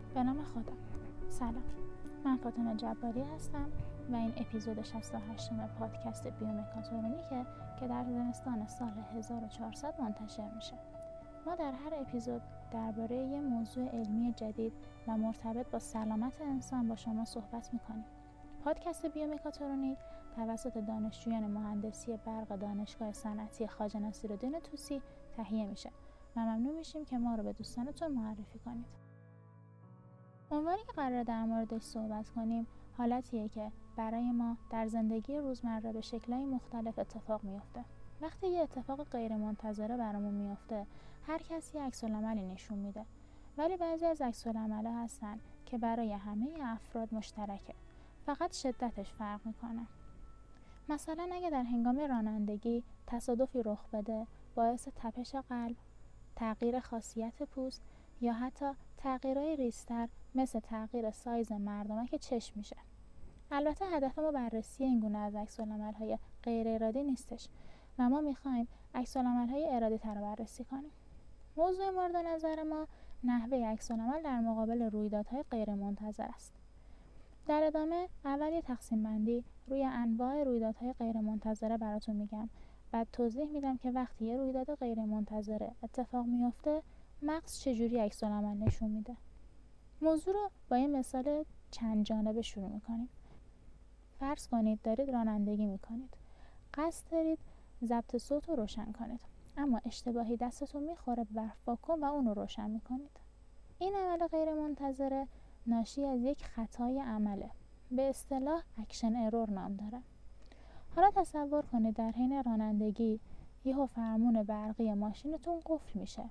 به نام خدا. سلام، من فاطمه جباری هستم و این اپیزود 68 پادکست بیومکاترونیکه که در زمستان سال 1400 منتشر میشه. ما در هر اپیزود درباره یه موضوع علمی جدید و مرتبط با سلامت انسان با شما صحبت میکنیم. پادکست بیومکاترونیک توسط دانشجویان مهندسی برق دانشگاه صنعتی خواجه نصیرالدین طوسی تهیه میشه و ممنون میشیم که ما رو به دوستانتون معرفی کنید. عنوانی که قراره در موردش صحبت کنیم حالتیه که برای ما در زندگی روزمره به شکل‌های مختلف اتفاق میفته. وقتی یه اتفاق غیر منتظره برامون میفته، هر کسی عکس‌العملی نشون میده. ولی بعضی از عکس‌العمل‌ها هستن که برای همه افراد مشترکه. فقط شدتش فرق میکنه. مثلا اگه در هنگام رانندگی تصادفی رخ بده، باعث تپش قلب، تغییر خاصیت پوست یا حتی تغییرهای ریزتر مثل تغییر سایز مردمک چشم میشه. البته هدف ما بررسی این گونه از عکس‌العمل‌های غیر ارادی نیستش و ما میخوایم عکس‌العمل‌های ارادی تر رو بررسی کنیم. موضوع مورد نظر ما نحوه عکس‌العمل در مقابل رویدادهای غیر منتظره است. در ادامه اول یه تقسیم بندی روی انواع رویدادهای غیر منتظره براتون میگم. بعد توضیح میدم که وقتی یه رویداد غیر منتظره اتفاق میفته مغز چجوری عکس‌العمل نشون میده. موضوع رو با یه مثال چند جانبه شروع میکنیم. فرض کنید دارید رانندگی میکنید. قصد دارید ضبط صوت رو روشن کنید، اما اشتباهی دستتون میخوره به واکن و اون رو روشن میکنید. این عمل غیر منتظره ناشی از یک خطای عمله. به اصطلاح اکشن ارور نام داره. حالا تصور کنید در حین رانندگی یهو فرمون برقی ماشینتون قفل میشه.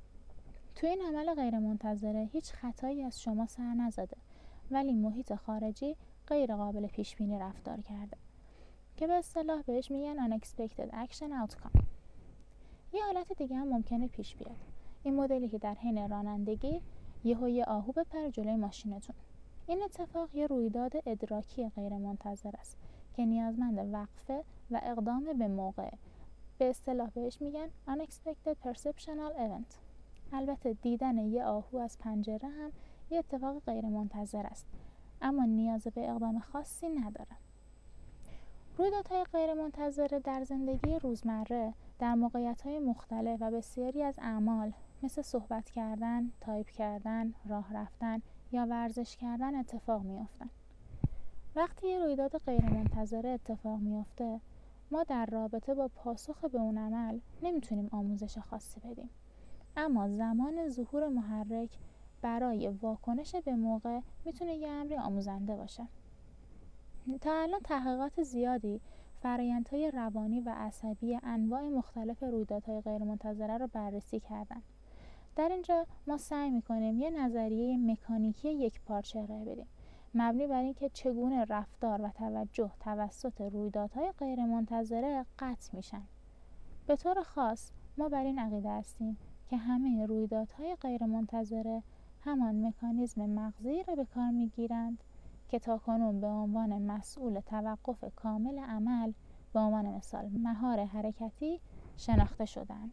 تو این عمل غیر منتظره هیچ خطایی از شما سر نزده، ولی محیط خارجی غیر قابل پیش بینی رفتار کرده که به اصطلاح بهش میگن unexpected action outcome. یه حالت دیگه هم ممکنه پیش بیاد. این مدلی که در حین رانندگی یه آهو بپره جلوی ماشینتون. این اتفاق یه رویداد ادراکی غیر منتظر است که نیازمند وقفه و اقدام به موقع. به اصطلاح بهش میگن unexpected perceptual event. البته دیدن یه آهو از پنجره هم یه اتفاق غیر منتظر است، اما نیاز به اقدام خاصی نداره. رویدادهای غیر منتظره در زندگی روزمره در موقعیت‌های مختلف و بسیاری از اعمال مثل صحبت کردن، تایپ کردن، راه رفتن یا ورزش کردن اتفاق میافتن. وقتی یه رویداد غیر منتظره اتفاق میافته، ما در رابطه با پاسخ به اون عمل نمیتونیم آموزش خاصی بدیم، اما زمان ظهور محرک برای واکنش به موقع میتونه یه امری آموزنده باشه. تا الان تحقیقات زیادی فرآیندهای روانی و عصبی انواع مختلف رویدادهای غیر منتظره رو بررسی کردن. در اینجا ما سعی میکنیم یه نظریه مکانیکی یک پارچه ارائه بدیم، مبنی بر اینکه چگونه رفتار و توجه توسط رویدادهای غیر منتظره قطع میشن. به طور خاص ما بر این عقیده هستیم که همه رویدادهای غیر منتظره همان مکانیزم مغزی را به کار میگیرند که تاکنون به عنوان مسئول توقف کامل عمل، به عنوان مثال مهار حرکتی، شناخته شدند.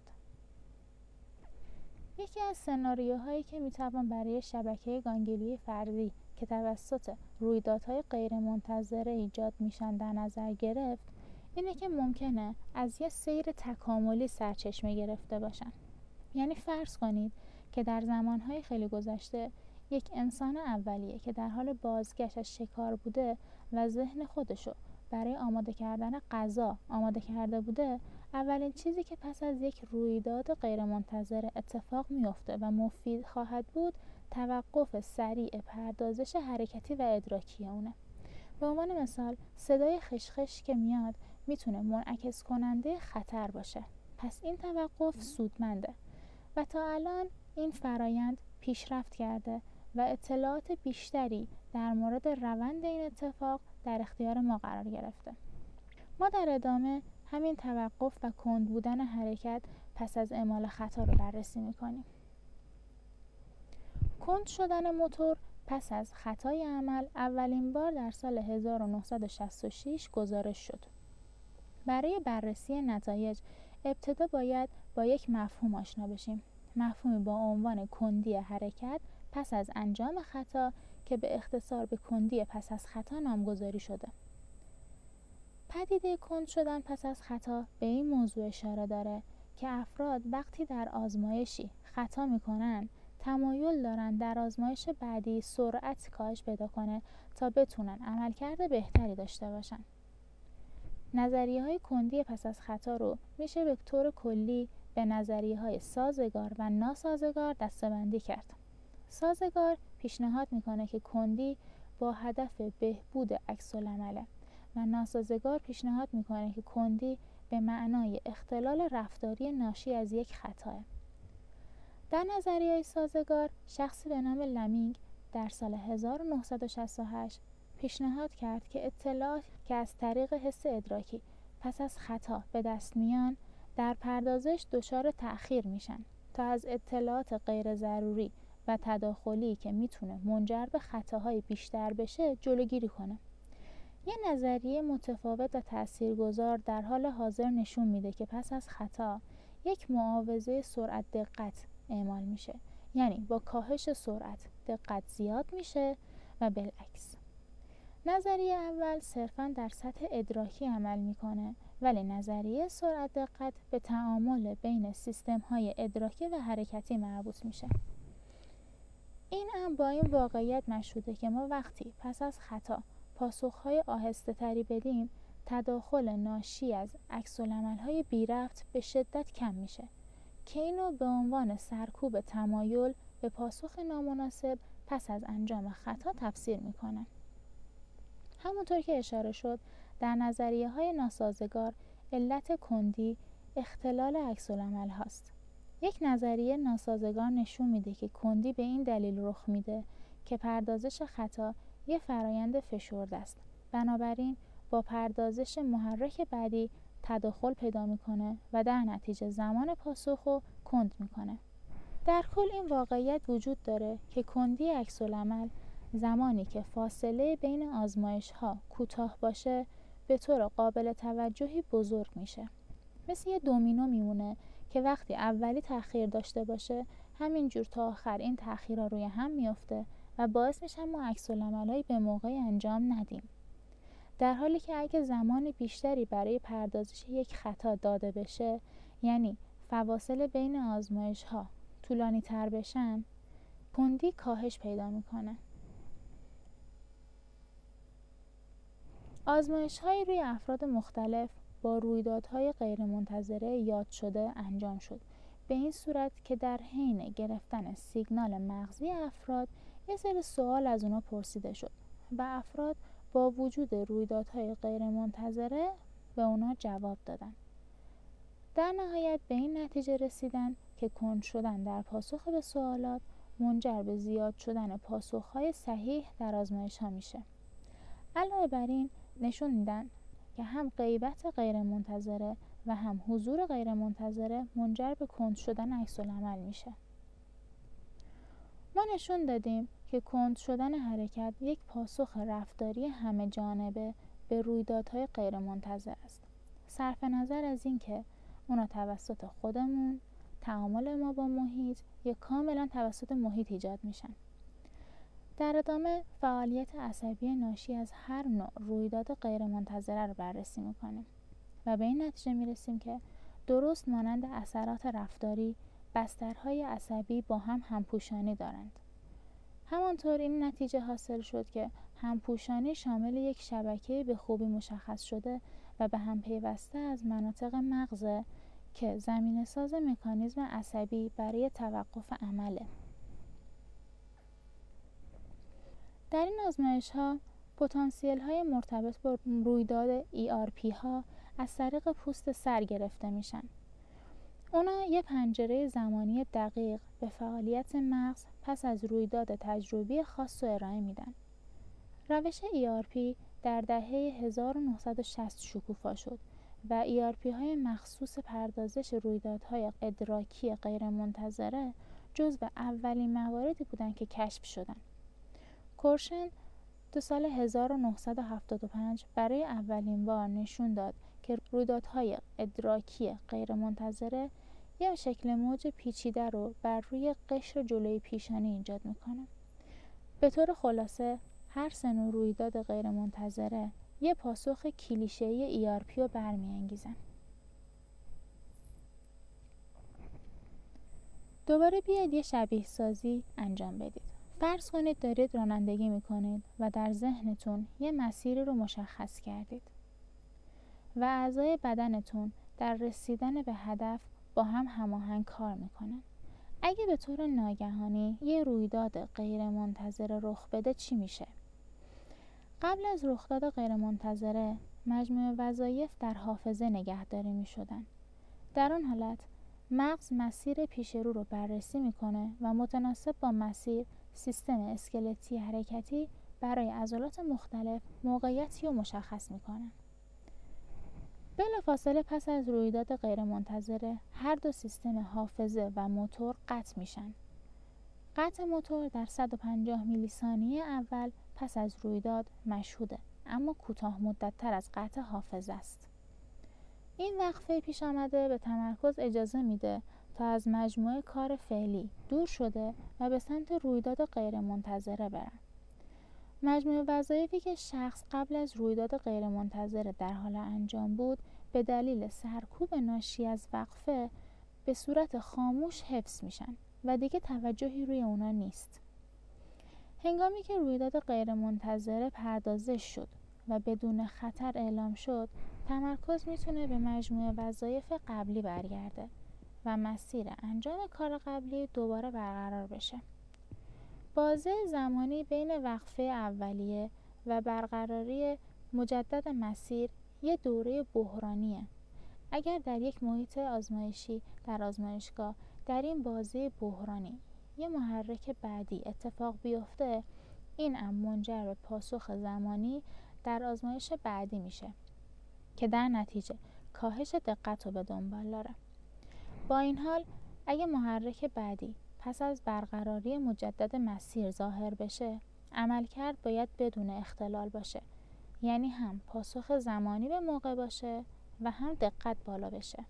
یکی از سناریوهایی که میتوان برای شبکه گانگلی فردی که توسط رویدادهای غیر منتظره ایجاد میشن در نظر گرفت اینه که ممکنه از یه سیر تکاملی سرچشمه گرفته باشن. یعنی فرض کنید که در زمانهای خیلی گذشته یک انسان اولیه که در حال بازگشت از شکار بوده و ذهن خودشو برای آماده کردن غذا آماده کرده بوده، اولین چیزی که پس از یک رویداد غیر منتظره اتفاق میفته و مفید خواهد بود توقف سریع پردازش حرکتی و ادراکی اونه. به عنوان مثال صدای خشخش که میاد میتونه منعکس کننده خطر باشه، پس این توقف سودمنده و تا الان این فرایند پیشرفت کرده و اطلاعات بیشتری در مورد روند این اتفاق در اختیار ما قرار گرفته. ما در ادامه همین توقف و کند بودن حرکت پس از اعمال خطا رو بررسی میکنیم. کند شدن موتور پس از خطای عمل اولین بار در سال 1966 گزارش شد. برای بررسی نتایج ابتدا باید با یک مفهوم آشنا بشیم، مفهومی با عنوان کندی حرکت پس از انجام خطا که به اختصار به کندی پس از خطا نامگذاری شده. پدیده کند شدن پس از خطا به این موضوع اشاره داره که افراد وقتی در آزمایشی خطا میکنن تمایل دارن در آزمایش بعدی سرعت کاهش پیدا کنه تا بتونن عملکرد بهتری داشته باشن. نظریه‌های کندی پس از خطا رو میشه به طور کلی به نظریه‌های سازگار و ناسازگار دسته‌بندی کرد. سازگار پیشنهاد میکنه که کندی با هدف بهبود عکس‌العمله و ناسازگار پیشنهاد میکنه که کندی به معنای اختلال رفتاری ناشی از یک خطاه. در نظریه سازگار شخصی به نام لمینگ در سال 1968 پیشنهاد کرد که اطلاعات که از طریق حس ادراکی پس از خطا به دست میان در پردازش دچار تأخیر میشن تا از اطلاعات غیر ضروری و تداخلی که میتونه منجر به خطاهای بیشتر بشه جلوگیری کنه. یه نظریه متفاوت و تاثیرگذار در حال حاضر نشون میده که پس از خطا یک معاوضه سرعت دقت اعمال میشه، یعنی با کاهش سرعت دقت زیاد میشه و بالعکس. نظریه اول صرفاً در سطح ادراکی عمل میکنه، ولی نظریه سرعت دقت به تعامل بین سیستم‌های ادراکی و حرکتی مربوط میشه. این هم با این واقعیت مشهوده که ما وقتی پس از خطا پاسخهای آهسته تری بدیم تداخل ناشی از عکس‌العمل‌های بی‌ربط به شدت کم میشه که اینو به عنوان سرکوب تمایل به پاسخ نامناسب پس از انجام خطا تفسیر میکنن. همونطور که اشاره شد در نظریه‌های ناسازگار علت کندی اختلال عکس‌العمل هاست. یک نظریه ناسازگار نشون میده که کندی به این دلیل رخ میده که پردازش خطا یه فرایند فشرده است. بنابراین با پردازش محرک بعدی تداخل پیدا میکنه و در نتیجه زمان پاسخ رو کند میکنه. در کل این واقعیت وجود داره که کندی عکس‌العمل زمانی که فاصله بین آزمایش ها کوتاه باشه به طور قابل توجهی بزرگ میشه. مثل یه دومینو میمونه که وقتی اولی تأخیر داشته باشه همینجور تا آخر این تأخیرها روی هم میفته و باعث میشه ما عکس‌العمل‌هایی به موقع انجام ندیم. در حالی که اگه زمان بیشتری برای پردازش یک خطا داده بشه، یعنی فواصل بین آزمایش ها طولانی تر بشن، کندی کاهش پیدا میکنه. آزمایش‌هایی روی افراد مختلف با رویدادهای غیرمنتظره یاد شده انجام شد، به این صورت که در حین گرفتن سیگنال مغزی افراد یه سری سوال از اونا پرسیده شد و افراد با وجود رویدادهای غیرمنتظره به اونا جواب دادن. در نهایت به این نتیجه رسیدن که کند شدن در پاسخ به سوالات منجر به زیاد شدن پاسخ‌های صحیح در آزمایش‌ها میشه. علاوه بر این نشون میدن که هم غیبت غیرمنتظره و هم حضور غیرمنتظره منجر به کند شدن عکس‌العمل میشه. ما نشون دادیم که کند شدن حرکت یک پاسخ رفتاری همه جانبه به رویدادهای غیرمنتظر است. صرف نظر از این که اونا توسط خودمون، تعامل ما با محیط یا کاملا توسط محیط ایجاد میشن. در ادامه فعالیت عصبی ناشی از هر نوع رویداد غیرمنتظره رو بررسی میکنیم و به این نتیجه میرسیم که درست مانند اثرات رفتاری، بسترهای عصبی با هم همپوشانی دارند. همانطور این نتیجه حاصل شد که همپوشانی شامل یک شبکه به خوبی مشخص شده و به هم پیوسته از مناطق مغزه که زمینه‌ساز مکانیزم عصبی برای توقف عمله. در این آزمایش‌ها پتانسیل‌های مرتبط با رویداد ERP ها از طریق پوست سر گرفته میشن. اونا یه پنجره زمانی دقیق به فعالیت مغز پس از رویداد تجربی خاص رو ارائه میدن. روش ERP در دهه 1960 شکوفا شد و ERP های مخصوص پردازش رویدادهای ادراکی غیرمنتظره جزو اولین مواردی بودن که کشف شدن. کورشن تو سال 1975 برای اولین بار نشون داد که رویدادهای ادراکی غیرمنتظره یه شکل موج پیچیده رو بر روی قشر جلوی پیشانی ایجاد میکنه. به طور خلاصه هر سه نوع رویداد غیر منتظره یه پاسخ کلیشه‌ای ERP رو برمی‌انگیزن. دوباره بیاید یه شبیه سازی انجام بدید. فرض کنید دارید رانندگی میکنید و در ذهنتون یه مسیری رو مشخص کردید و اعضای بدنتون در رسیدن به هدف با هم هماهنگ کار میکنن. اگه به طور ناگهانی یه رویداد غیر منتظره رخ بده چی میشه؟ قبل از رخداد غیر منتظره مجموعه وظایف در حافظه نگهداری میشدن. در آن حالت مغز مسیر پیش رو بررسی میکنه و متناسب با مسیر سیستم اسکلتی حرکتی برای عضلات مختلف موقعیتی رو مشخص میکنه. بلافاصله پس از رویداد غیر منتظره هر دو سیستم حافظه و موتور قطع میشن. قطع موتور در 150 میلی ثانیه اول پس از رویداد مشهوده، اما کوتاه مدت تر از قطع حافظه است. این وقفه پیش آمده به تمرکز اجازه میده تا از مجموعه کار فعلی دور شده و به سمت رویداد غیر منتظره برن. مجموعه وظایفی که شخص قبل از رویداد غیر منتظره در حال انجام بود به دلیل سرکوب ناشی از وقفه به صورت خاموش حفظ میشن و دیگه توجهی روی اونا نیست. هنگامی که رویداد غیر منتظره پردازش شد و بدون خطر اعلام شد، تمرکز میتونه به مجموعه وظایف قبلی برگرده و مسیر انجام کار قبلی دوباره برقرار بشه. بازه زمانی بین وقفه اولیه و برقراری مجدد مسیر یه دوره بحرانیه. اگر در یک محیط آزمایشی در آزمایشگاه در این بازه بحرانی یه محرک بعدی اتفاق بیفته، این امر منجر به پاسخ زمانی در آزمایش بعدی میشه که در نتیجه کاهش دقت رو به دنبال داره. با این حال اگه محرک بعدی پس از برقراری مجدد مسیر ظاهر بشه، عملکرد باید بدون اختلال باشه، یعنی هم پاسخ زمانی به موقع باشه و هم دقت بالا بشه.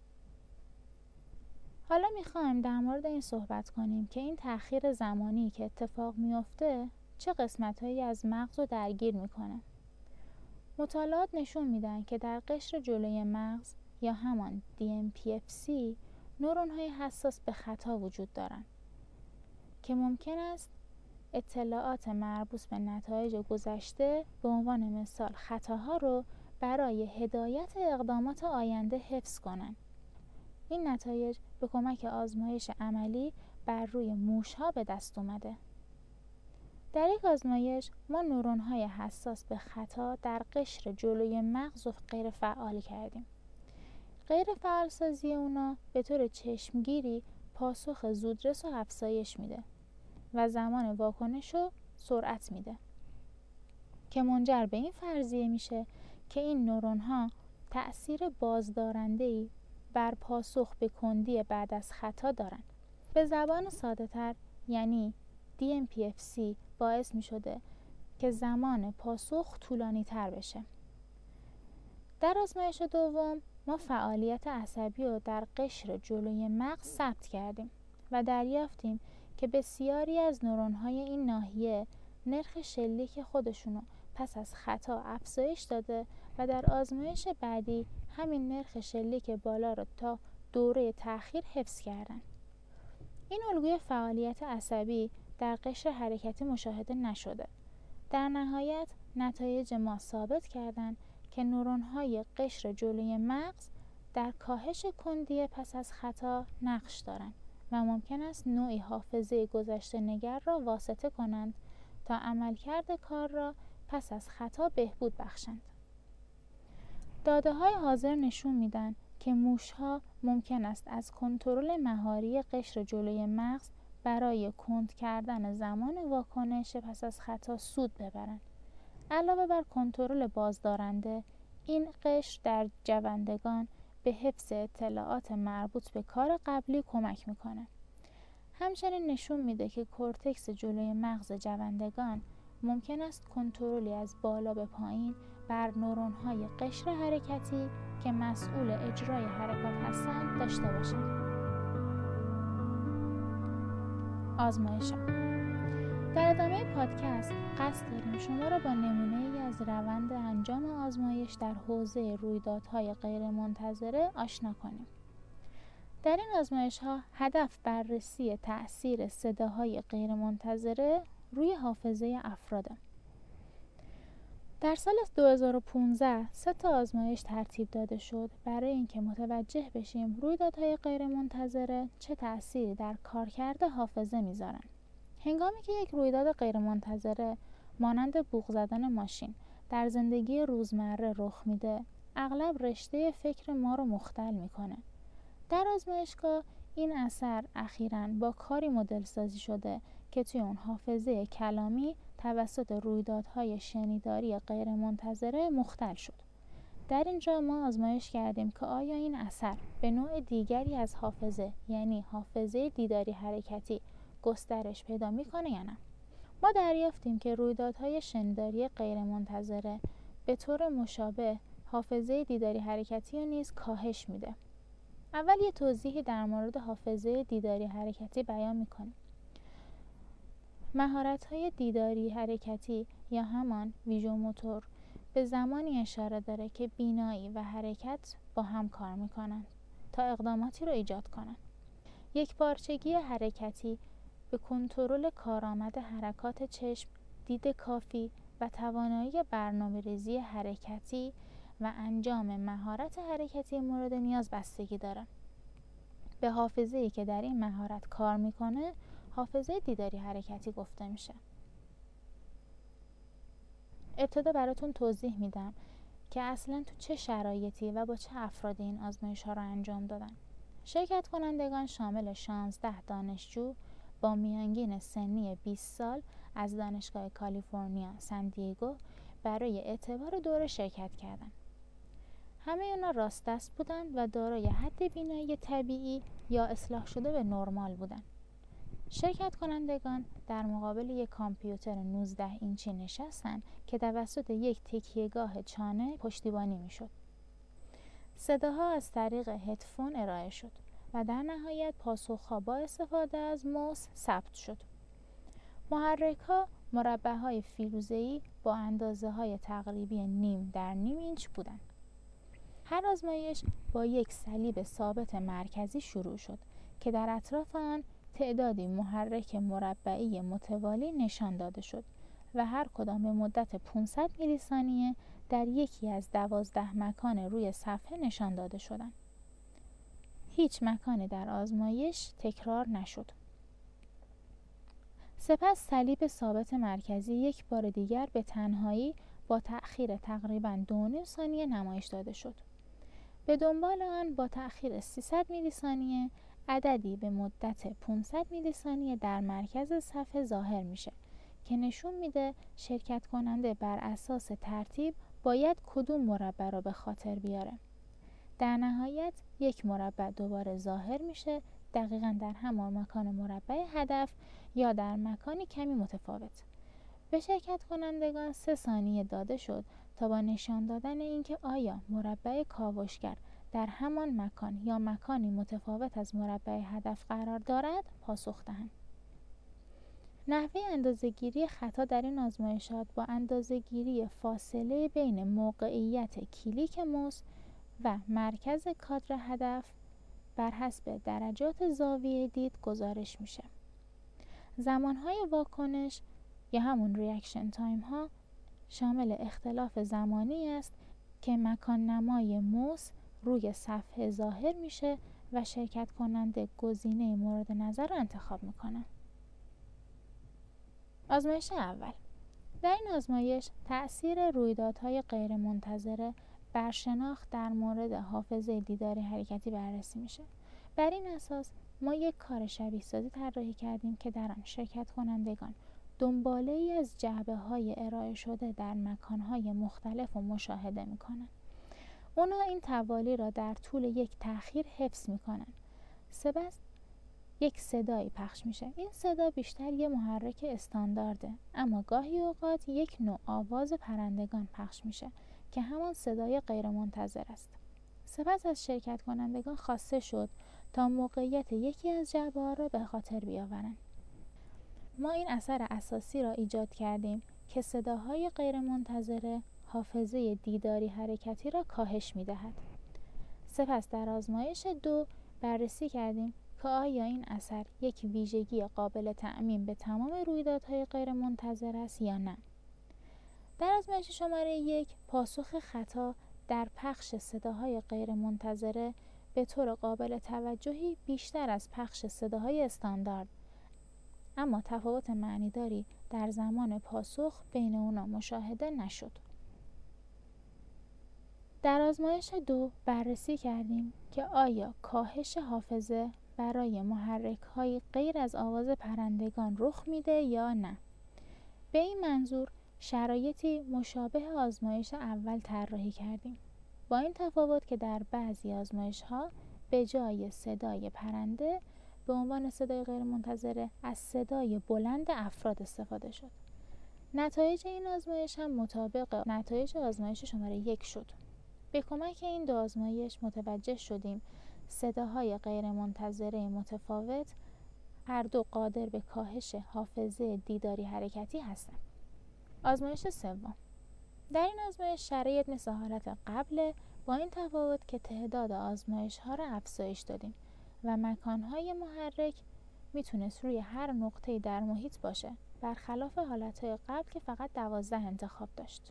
حالا میخوایم در مورد این صحبت کنیم که این تأخیر زمانی که اتفاق میفته چه قسمت‌هایی از مغز رو درگیر میکنه. مطالعات نشون میدن که در قشر جلوی مغز یا همان DMPFC نورون‌های حساس به خطا وجود دارن که ممکن است اطلاعات مربوط به نتایج گذشته به عنوان مثال خطاها رو برای هدایت اقدامات آینده حفظ کنن. این نتایج به کمک آزمایش عملی بر روی موش‌ها به دست اومده. در یک آزمایش ما نورون‌های حساس به خطا در قشر جلوی مغز رو غیر فعال کردیم. غیر فعال سازی اونا به طور چشمگیری پاسخ زودرس و افزایش میده و زمان واکنش رو سرعت میده که منجر به این فرضیه میشه که این نورون‌ها تأثیر بازدارنده‌ای بر پاسخ به کندی بعد از خطا دارن. به زبان ساده تر یعنی DMPFC باعث می شده که زمان پاسخ طولانی تر بشه. در آزمایش دوم ما فعالیت عصبی رو در قشر جلوی مغز ثبت کردیم و دریافتیم که بسیاری از نورون‌های این ناحیه نرخ شلیک خودشونو پس از خطا افزایش داده و در آزمایش بعدی همین نرخ شلیک بالا رو تا دوره تأخیر حفظ کردن. این الگوی فعالیت عصبی در قشر حرکتی مشاهده نشده. در نهایت نتایج ما ثابت کردند که نورون‌های قشر جلوی مغز در کاهش کندی پس از خطا نقش دارند و ممکن است نوعی حافظه گذشته نگر را واسطه کنند تا عملکرد کار را پس از خطا بهبود بخشند. داده‌های حاضر نشون میدن که موش‌ها ممکن است از کنترل مهاری قشر جلوی مغز برای کند کردن زمان واکنش پس از خطا سود ببرند. علاوه بر کنترل بازدارنده، این قشر در جوندگان به حفظ اطلاعات مربوط به کار قبلی کمک میکنه. همچنین نشون میده که کورتکس جلوی مغز جوندگان ممکن است کنترلی از بالا به پایین بر نورون‌های قشر حرکتی که مسئول اجرای حرکات هستند داشته باشند. آزمایش‌ها. در ادامه پادکست قصد داریم شما را با نمونه‌ای از روند انجام آزمایش در حوزه رویدادهای غیرمنتظره آشنا کنیم. در این آزمایش‌ها هدف بررسی تأثیر صداهای غیرمنتظره روی حافظه افراده. در سال 2015 3 آزمایش ترتیب داده شد برای اینکه متوجه بشیم رویدادهای غیرمنتظره چه تأثیری در کارکرد حافظه میذارن. هنگامی که یک رویداد غیرمنتظره مانند بوق زدن ماشین در زندگی روزمره رخ میده، اغلب رشته فکر ما رو مختل میکنه. در آزمایشگاه این اثر اخیراً با کاری مدل سازی شده که توی اون حافظه کلامی توسط رویدادهای شنیداری غیرمنتظره مختل شد. در اینجا ما آزمایش کردیم که آیا این اثر به نوع دیگری از حافظه، یعنی حافظه دیداری حرکتی، گسترش پیدا میکنه یا نه. ما دریافتیم که رویدادهای شنیداری غیرمنتظره به طور مشابه حافظه دیداری حرکتی رو نیز کاهش میده. اول یه توضیحی در مورد حافظه دیداری حرکتی بیان میکنیم. مهارت‌های دیداری حرکتی یا همان ویژوموتور به زمانی اشاره داره که بینایی و حرکت با هم کار میکنن تا اقداماتی رو ایجاد کنن. یک پارچگی حرکتی به کنترل کارآمد حرکات چشم، دید کافی و توانایی برنامه‌ریزی حرکتی و انجام مهارت حرکتی مورد نیاز بستگی داره. به حافظه‌ای که در این مهارت کار میکنه حافظه دیداری حرکتی گفته میشه. ابتدا براتون توضیح میدم که اصلا تو چه شرایطی و با چه افرادی این آزمایش ها رو انجام دادن. شرکت کنندگان شامل 16 دانشجو با میانگین سنی 20 سال از دانشگاه کالیفرنیا سن دیگو برای اعتبار دوره شرکت کردند. همه اونا راست دست بودن و دارای حد بینایی طبیعی یا اصلاح شده به نرمال بودن. شرکت کنندگان در مقابل یک کامپیوتر 19 اینچی نشستن که توسط یک تکیهگاه چانه پشتیبانی میشد. صداها از طریق هدفون ارائه شد و در نهایت پاسخها با استفاده از موس ثبت شد. محرک‌ها مربع‌های فیروزه‌ای با اندازه‌های تقریبی 0.5 در 0.5 اینچ بودند. هر آزمایش با یک صلیب ثابت مرکزی شروع شد که در اطراف آن تعدادی محرک مربعی متوالی نشان داده شد و هر کدام به مدت 500 میلی ثانیه در یکی از 12 مکان روی صفحه نشان داده شدند. هیچ مکانی در آزمایش تکرار نشد. سپس صلیب ثابت مرکزی یک بار دیگر به تنهایی با تأخیر تقریباً 2.5 ثانیه نمایش داده شد. به دنبال آن با تأخیر 300 میلی ثانیه عددی به مدت 500 میلی ثانیه در مرکز صفحه ظاهر میشه که نشون میده شرکت کننده بر اساس ترتیب باید کدوم مربع رو به خاطر بیاره. در نهایت یک مربع دوباره ظاهر میشه، دقیقاً در همان مکان مربع هدف یا در مکانی کمی متفاوت. به شرکت کنندگان 3 ثانیه داده شد تا با نشان دادن اینکه آیا مربع کاوشگر در همان مکان یا مکانی متفاوت از مربع هدف قرار دارد پاسخ دهند. نحوه اندازه‌گیری خطا در این آزمایشات با اندازه‌گیری فاصله بین موقعیت کلیک موس و مرکز کادر هدف بر حسب درجات زاویه دید گزارش میشه. زمانهای واکنش یا همون ریاکشن تایم ها شامل اختلاف زمانی است که مکان نمای موس روی صفحه ظاهر میشه و شرکت کننده گزینه مورد نظر رو انتخاب میکنه. آزمایش اول. در این آزمایش تأثیر رویدادهای غیرمنتظره بر شناخت در مورد حافظه دیداری حرکتی بررسی میشه. بر این اساس ما یک کار شبیه سازی طراحی کردیم که در آن شرکت کنندگان دنباله ای از جعبه های ارائه شده در مکان های مختلف و مشاهده میکنن. اونا این توالی را در طول یک تأخیر حفظ میکنن. سپس یک صدایی پخش میشه. این صدا بیشتر یه محرک استاندارده، اما گاهی اوقات یک نوع آواز پرندگان پخش میشه که همان صدای غیرمنتظر است. سپس از شرکت کنندگان خواسته شد تا موقعیت یکی از جعبه‌ها را به خاطر بیاورند. ما این اثر اساسی را ایجاد کردیم که صداهای غیرمنتظره حافظه دیداری حرکتی را کاهش می‌دهد. سپس در آزمایش 2 بررسی کردیم که آیا این اثر یک ویژگی قابل تعمیم به تمام رویدادهای غیرمنتظره است یا نه. در آزمایش شماره 1 پاسخ خطا در پخش صداهای غیرمنتظره به طور قابل توجهی بیشتر از پخش صداهای استاندارد، اما تفاوت معنیداری در زمان پاسخ بین اونا مشاهده نشد. در آزمایش 2 بررسی کردیم که آیا کاهش حافظه برای محرک‌های غیر از آواز پرندگان رخ میده یا نه. به این منظور شرایطی مشابه آزمایش اول طراحی کردیم، با این تفاوت که در بعضی آزمایش‌ها به جای صدای پرنده به عنوان صدای غیرمنتظره از صدای بلند افراد استفاده شد. نتایج این آزمایش هم مطابق نتایج آزمایش شماره 1 شد. به کمک این 2 آزمایش متوجه شدیم صداهای غیرمنتظره متفاوت هر دو قادر به کاهش حافظه دیداری حرکتی هستند. آزمایش 3. در این آزمایش شرایط مثل حالت قبل، با این تفاوت که تعداد آزمایش ها را افزایش دادیم و مکانهای محرک میتونست روی هر نقطه‌ای در محیط باشه، برخلاف حالتهای قبل که فقط 12 انتخاب داشت.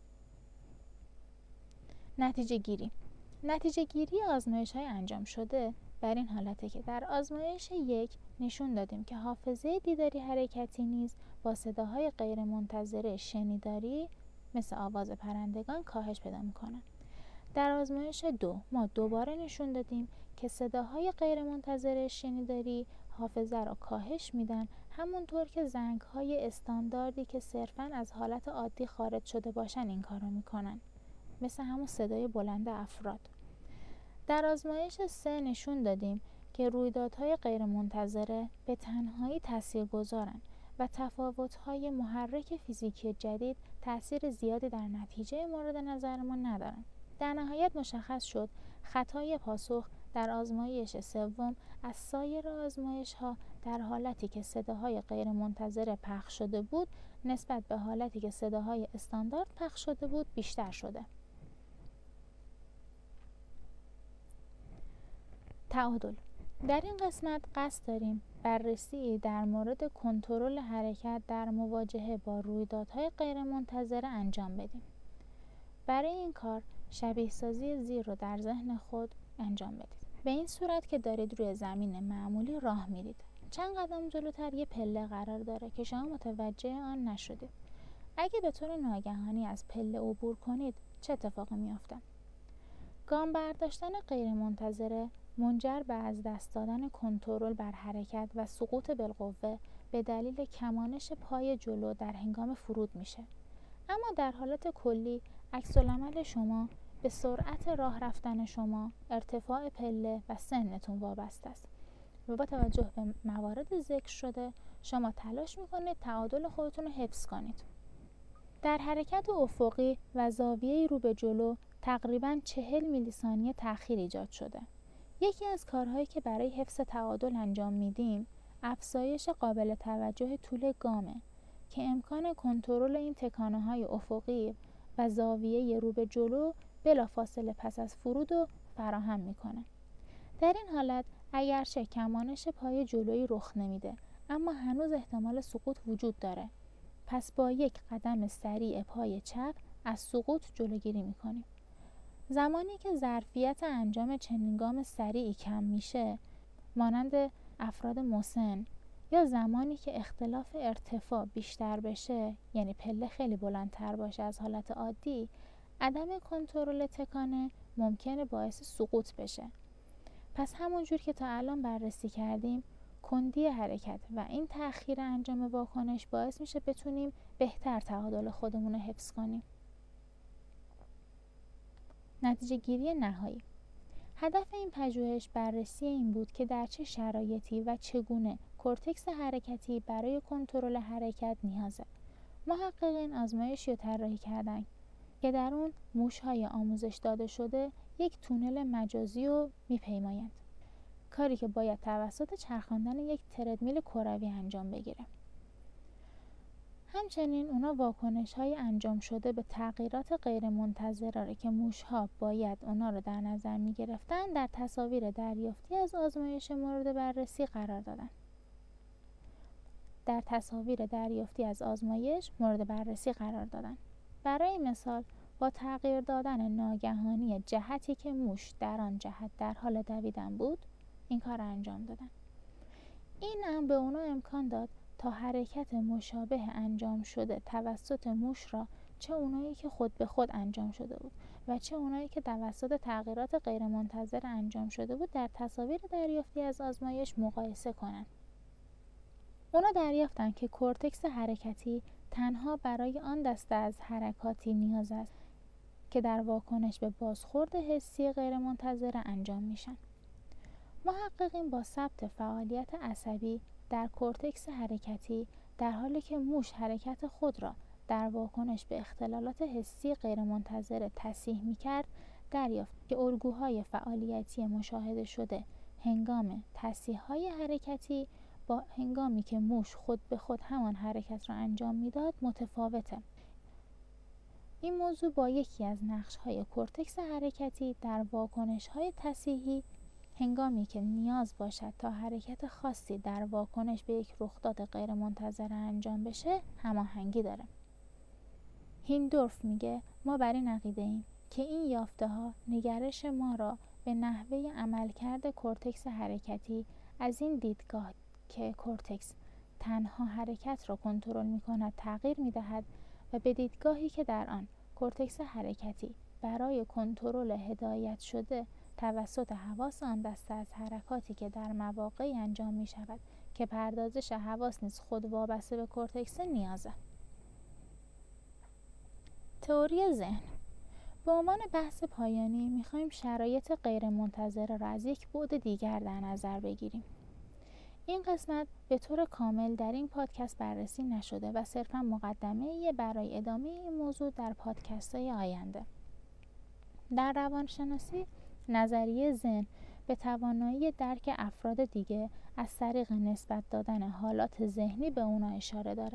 نتیجه گیری آزمایش های انجام شده بر این حالته که در آزمایش 1 نشون دادیم که حافظه دیداری حرکتی نیز با صداهای غیر منتظره شنیداری مثل آواز پرندگان کاهش پیدا میکنن. در آزمایش 2 ما دوباره نشون دادیم که صداهای غیر منتظره شنیداری حافظه را کاهش میدن، همونطور که زنگ‌های استانداردی که صرفاً از حالت عادی خارج شده باشن این کارو میکنن، مثل همون صدای بلند افراد. در آزمایش 3 نشون دادیم که رویدادهای غیر منتظره به تنهایی تاثیرگذارن و تفاوت‌های محرک فیزیکی جدید تأثیر زیادی در نتیجه مورد نظرمان ندارن. در نهایت مشخص شد خطای پاسخ در آزمایش 3 از سایر آزمایش‌ها در حالتی که صداهای غیر منتظره پخش شده بود نسبت به حالتی که صداهای استاندارد پخش شده بود بیشتر شده. تعادل. در این قسمت قصد داریم بررسی در مورد کنترل حرکت در مواجهه با رویدادهای غیر منتظره انجام بدیم. برای این کار شبیه سازی زیر رو در ذهن خود انجام بدید. به این صورت که دارید روی زمین معمولی راه میرید. چند قدم جلوتر یه پله قرار داره که شما متوجه آن نشدید. اگه به طور ناگهانی از پله عبور کنید چه اتفاقی میفته؟ گام برداشتن غیر منتظره منجر به از دست دادن کنترل بر حرکت و سقوط بالقوه به دلیل کمانش پای جلو در هنگام فرود میشه. اما در حالت کلی عکس‌العمل شما به سرعت راه رفتن شما، ارتفاع پله و سنتون وابسته است. و با توجه به موارد ذکر شده شما تلاش میکنید تعادل خودتون رو حفظ کنید. در حرکت افقی و زاویه رو به جلو تقریباً 40 میلی ثانیه تأخیر ایجاد شده. یکی از کارهایی که برای حفظ تعادل انجام میدیم افزایش قابل توجه طول گامه که امکان کنترل این تکانه‌های افقی و زاویه رو به جلو بلافاصله پس از فرود رو فراهم میکنه. در این حالت اگرچه کمانش پای جلویی رخ نمیده اما هنوز احتمال سقوط وجود داره. پس با یک قدم سریع پای چپ از سقوط جلوگیری میکنیم. زمانی که ظرفیت انجام چنین گام سریعی کم میشه، مانند افراد مسن، یا زمانی که اختلاف ارتفاع بیشتر بشه، یعنی پله خیلی بلندتر باشه از حالت عادی، عدم کنترل تکانه ممکنه باعث سقوط بشه. پس همونجور که تا الان بررسی کردیم، کندی حرکت و این تأخیر انجام واکنش باعث میشه بتونیم بهتر تعادل خودمون رو حفظ کنیم. نتیجه گیری نهایی. هدف این پژوهش بررسی این بود که در چه شرایطی و چگونه کورتکس حرکتی برای کنترل حرکت نیازه. محققین آزمایشی رو طراحی کردند که در اون موش‌های آموزش داده شده یک تونل مجازی رو میپیمایند، کاری که باید توسط چرخاندن یک تردمیل کروی انجام بگیره. همچنین اونا واکنش‌های انجام شده به تغییرات غیر منتظره را که موش‌ها باید اونا رو در نظر می‌گرفتن در تصاویر دریافتی از آزمایش مورد بررسی قرار دادن. برای مثال با تغییر دادن ناگهانی جهتی که موش در آن جهت در حال دویدن بود این کار را انجام دادن. این امر به اونا امکان داد تا حرکت مشابه انجام شده توسط موش را چه اونایی که خود به خود انجام شده بود و چه اونایی که توسط تغییرات غیرمنتظره انجام شده بود در تصاویر دریافتی از آزمایش مقایسه کنند. اونا دریافتن که کورتکس حرکتی تنها برای آن دسته از حرکاتی نیاز است که در واکنش به بازخورد حسی غیرمنتظره انجام میشن. محققین با ثبت فعالیت عصبی در کورتکس حرکتی در حالی که موش حرکت خود را در واکنش به اختلالات حسی غیرمنتظره تصحیح می‌کرد دریافت که الگوهای فعالیتی مشاهده شده هنگام تصحیح‌های حرکتی با هنگامی که موش خود به خود همان حرکت را انجام میداد متفاوته. این موضوع با یکی از نقش‌های کورتکس حرکتی در واکنش‌های تصحیحی هنگامی که نیاز باشد تا حرکت خاصی در واکنش به یک رخداد غیرمنتظره انجام بشه هماهنگی داره. هیندورف میگه ما بر این عقیده ایم که این یافته ها نگرش ما را به نحوه عملکرد کورتکس حرکتی از این دیدگاه که کورتکس تنها حرکت را کنترل می‌کند تغییر می‌دهد و به دیدگاهی که در آن کورتکس حرکتی برای کنترل هدایت شده توسط حواس آن دسته از حرکاتی که در مواقعی انجام می شود که پردازش حواس نیز خود وابسته به کورتکس نیازه. تئوری ذهن. به عنوان بحث پایانی میخوایم شرایط غیر منتظره را از یک بعد دیگر در نظر بگیریم. این قسمت به طور کامل در این پادکست بررسی نشده و صرفا مقدمه‌ای برای ادامه این موضوع در پادکست‌های آینده. در روانشناسی نظریه ذهن به توانایی درک افراد دیگه از طریق نسبت دادن حالات ذهنی به اونا اشاره داره.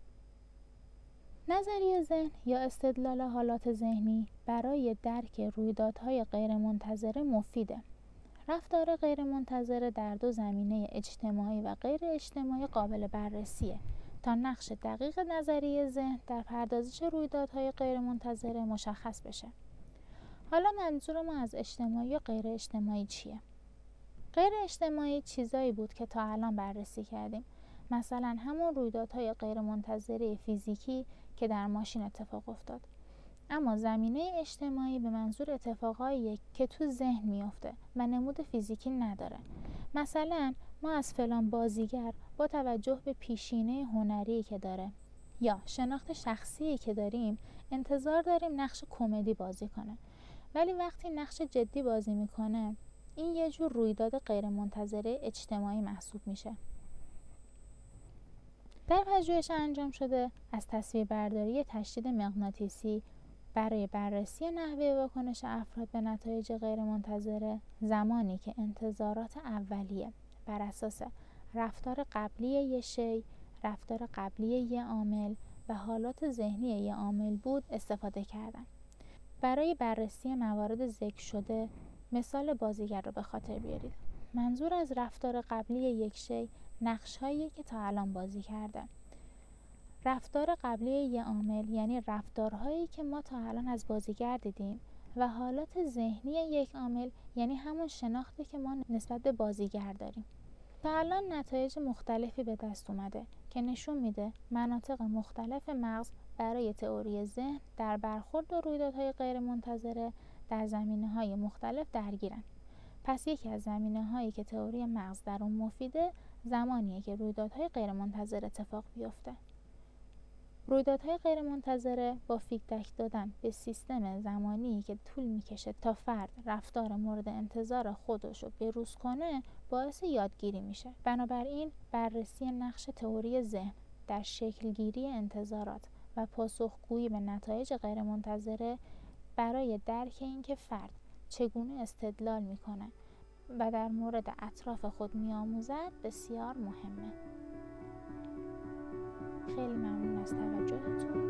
نظریه ذهن یا استدلال حالات ذهنی برای درک رویدادهای غیرمنتظره مفیده. رفتار غیرمنتظره در دو زمینه اجتماعی و غیر اجتماعی قابل بررسیه تا نقش دقیق نظریه ذهن در پردازش رویدادهای غیرمنتظره مشخص بشه. حالا منظور ما از اجتماعی و غیر اجتماعی چیه؟ غیر اجتماعی چیزایی بود که تا الان بررسی کردیم، مثلا همون رویدادهای غیر منتظره فیزیکی که در ماشین اتفاق افتاد. اما زمینه اجتماعی به منظور اتفاقایی که تو ذهن میفته و نمود فیزیکی نداره. مثلا ما از فلان بازیگر با توجه به پیشینه هنری که داره یا شناخت شخصی که داریم انتظار داریم نقش کمدی بازی کنه، ولی وقتی نقش جدی بازی میکنه این یه جور رویداد غیر منتظره اجتماعی محسوب میشه. در پژوهش انجام شده از تصویربرداری تشدید مغناطیسی برای بررسی نحوه واکنش افراد به نتایج غیر منتظره، زمانی که انتظارات اولیه بر اساس رفتار قبلی یه شی، رفتار قبلی یه عامل و حالات ذهنی یه عامل بود استفاده کردن. برای بررسی موارد ذکر شده مثال بازیگر رو به خاطر بیارید. منظور از رفتار قبلی یک شی نقش‌هایی که تا الان بازی کرده. رفتار قبلی یه عامل یعنی رفتارهایی که ما تا الان از بازیگر دیدیم و حالات ذهنی یک عامل یعنی همون شناختی که ما نسبت به بازیگر داریم. تا الان نتایج مختلفی به دست اومده که نشون میده مناطق مختلف مغز برای تئوری ذهن در برخورد با رویدادهای غیر منتظره در زمینه‌های مختلف درگیرن. پس یکی از زمینه‌هایی که تئوری مغز در اون مفیده زمانیه که رویدادهای غیر منتظره اتفاق بیفته. رویدادهای غیر منتظره با فیدبک دادن به سیستم زمانی که طول میکشه تا فرد رفتار مورد انتظار خودش رو بروز کنه باعث یادگیری میشه. بنابراین بررسی نقش تئوری ذهن در شکلگیری انتظارات و پاسخگویی به نتایج غیر منتظره برای درک اینکه فرد چگونه استدلال میکنه و در مورد اطراف خود میآموزد بسیار مهمه. خیلی ممنون از توجهتون